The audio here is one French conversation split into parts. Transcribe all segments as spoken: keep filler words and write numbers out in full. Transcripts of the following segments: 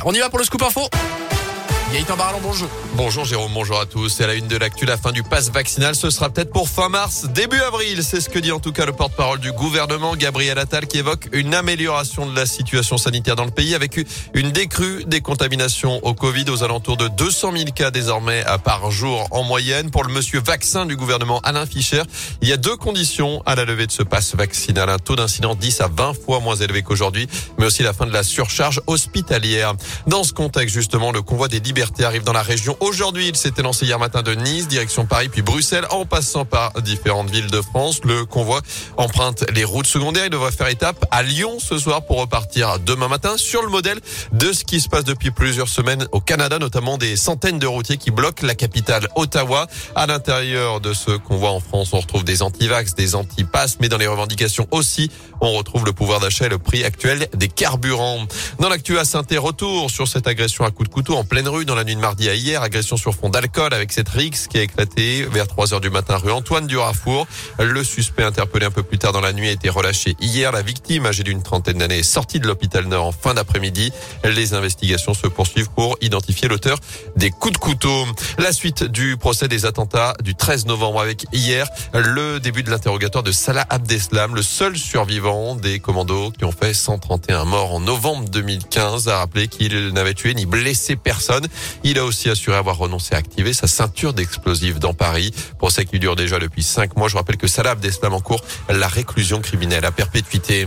On y va pour le scoop info. Gaëtan Barallon, bonjour. Bonjour Jérôme, bonjour à tous. C'est à la une de l'actu, la fin du pass vaccinal, ce sera peut-être pour fin mars, début avril. C'est ce que dit en tout cas le porte-parole du gouvernement, Gabriel Attal, qui évoque une amélioration de la situation sanitaire dans le pays avec une décrue des contaminations au Covid aux alentours de deux cent mille cas désormais par jour en moyenne. Pour le monsieur vaccin du gouvernement Alain Fischer, il y a deux conditions à la levée de ce pass vaccinal. Un taux d'incidence dix à vingt fois moins élevé qu'aujourd'hui, mais aussi la fin de la surcharge hospitalière. Dans ce contexte, justement, le convoi des libertés arrive dans la région. Aujourd'hui, il s'était lancé hier matin de Nice, direction Paris, puis Bruxelles, en passant par différentes villes de France. Le convoi emprunte les routes secondaires. Il devrait faire étape à Lyon ce soir pour repartir demain matin sur le modèle de ce qui se passe depuis plusieurs semaines au Canada, notamment des centaines de routiers qui bloquent la capitale Ottawa. À l'intérieur de ce convoi en France, on retrouve des anti-vax, des anti-passes, mais dans les revendications aussi, on retrouve le pouvoir d'achat et le prix actuel des carburants. Dans l'actu à Saint-Étienne, retour sur cette agression à coups de couteau en pleine rue dans la nuit de mardi à hier, agression sur fond d'alcool avec cette rixe qui a éclaté vers trois heures du matin rue Antoine Durafour. Le suspect interpellé un peu plus tard dans la nuit a été relâché hier. La victime, âgée d'une trentaine d'années, est sortie de l'hôpital Nord en fin d'après-midi. Les investigations se poursuivent pour identifier l'auteur des coups de couteau. La suite du procès des attentats du treize novembre avec hier le début de l'interrogatoire de Salah Abdeslam, le seul survivant des commandos qui ont fait cent trente et un morts en novembre deux mille quinze, a rappelé qu'il n'avait tué ni blessé personne. Il a aussi assuré avoir renoncé à activer sa ceinture d'explosifs dans Paris. Procès qui dure déjà depuis cinq mois. Je rappelle que Salah Abdeslam encourt la réclusion criminelle à perpétuité.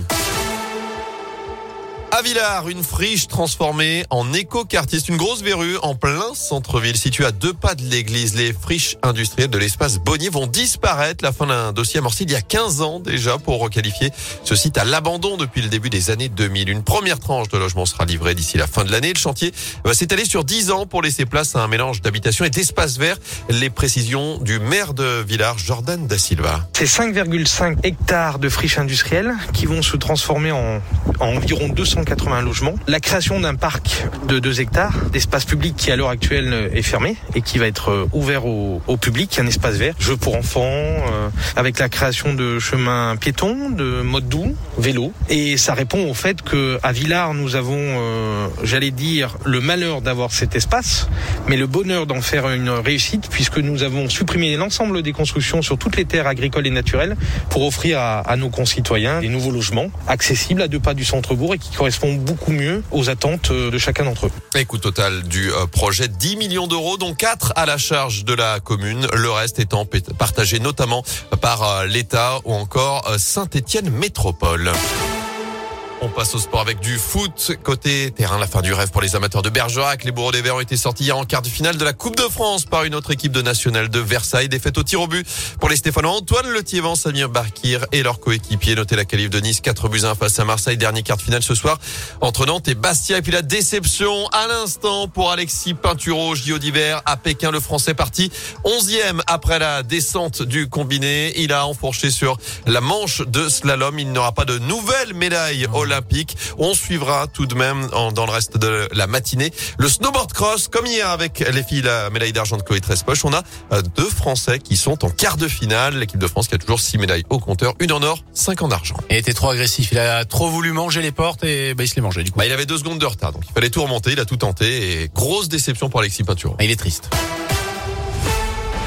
À Villars, une friche transformée en éco-quartier. C'est une grosse verrue en plein centre-ville, située à deux pas de l'église. Les friches industrielles de l'espace Bonnier vont disparaître. La fin d'un dossier amorcé il y a quinze ans déjà pour requalifier ce site à l'abandon depuis le début des années deux mille. Une première tranche de logements sera livrée d'ici la fin de l'année. Le chantier va s'étaler sur dix ans pour laisser place à un mélange d'habitation et d'espace vert. Les précisions du maire de Villars, Jordan Da Silva. C'est cinq virgule cinq hectares de friches industrielles qui vont se transformer en, en environ deux cent quatre-vingts logements. La création d'un parc de deux hectares d'espace public qui à l'heure actuelle est fermé et qui va être ouvert au, au public, un espace vert, jeux pour enfants, euh, avec la création de chemins piétons, de modes doux, vélo. Et ça répond au fait que à Villars, nous avons, euh, j'allais dire, le malheur d'avoir cet espace, mais le bonheur d'en faire une réussite puisque nous avons supprimé l'ensemble des constructions sur toutes les terres agricoles et naturelles pour offrir à, à nos concitoyens des nouveaux logements accessibles à deux pas du centre-bourg et qui correspondent beaucoup mieux aux attentes de chacun d'entre eux. Et coût total du projet, dix millions d'euros, dont quatre à la charge de la commune, le reste étant partagé notamment par l'État ou encore Saint-Étienne Métropole. On passe au sport avec du foot. Côté terrain, la fin du rêve pour les amateurs de Bergerac. Les Bourreaux des Verts ont été sortis hier en quart de finale de la Coupe de France par une autre équipe de nationale de Versailles. Défaite au tir au but pour les Stéphanois Antoine Letiévent, Samir Barkir et leurs coéquipiers. Notez la qualif de Nice, quatre buts à un face à Marseille. Dernier quart de finale ce soir entre Nantes et Bastia. Et puis la déception à l'instant pour Alexis Pinturo, J O d'hiver à Pékin. Le Français parti onzième après la descente du combiné. Il a enfourché sur la manche de slalom. Il n'aura pas de nouvelle médaille olympique. On suivra tout de même en, dans le reste de la matinée le snowboard cross, comme hier avec les filles, la médaille d'argent de Chloé Trespoche. On a euh, deux Français qui sont en quart de finale. L'équipe de France qui a toujours six médailles au compteur, une en or, cinq en argent. Il était trop agressif, il a trop voulu manger les portes et bah, il se les mangeait du coup. Bah, il avait deux secondes de retard, donc il fallait tout remonter, il a tout tenté et grosse déception pour Alexis Pinturo. Il est triste.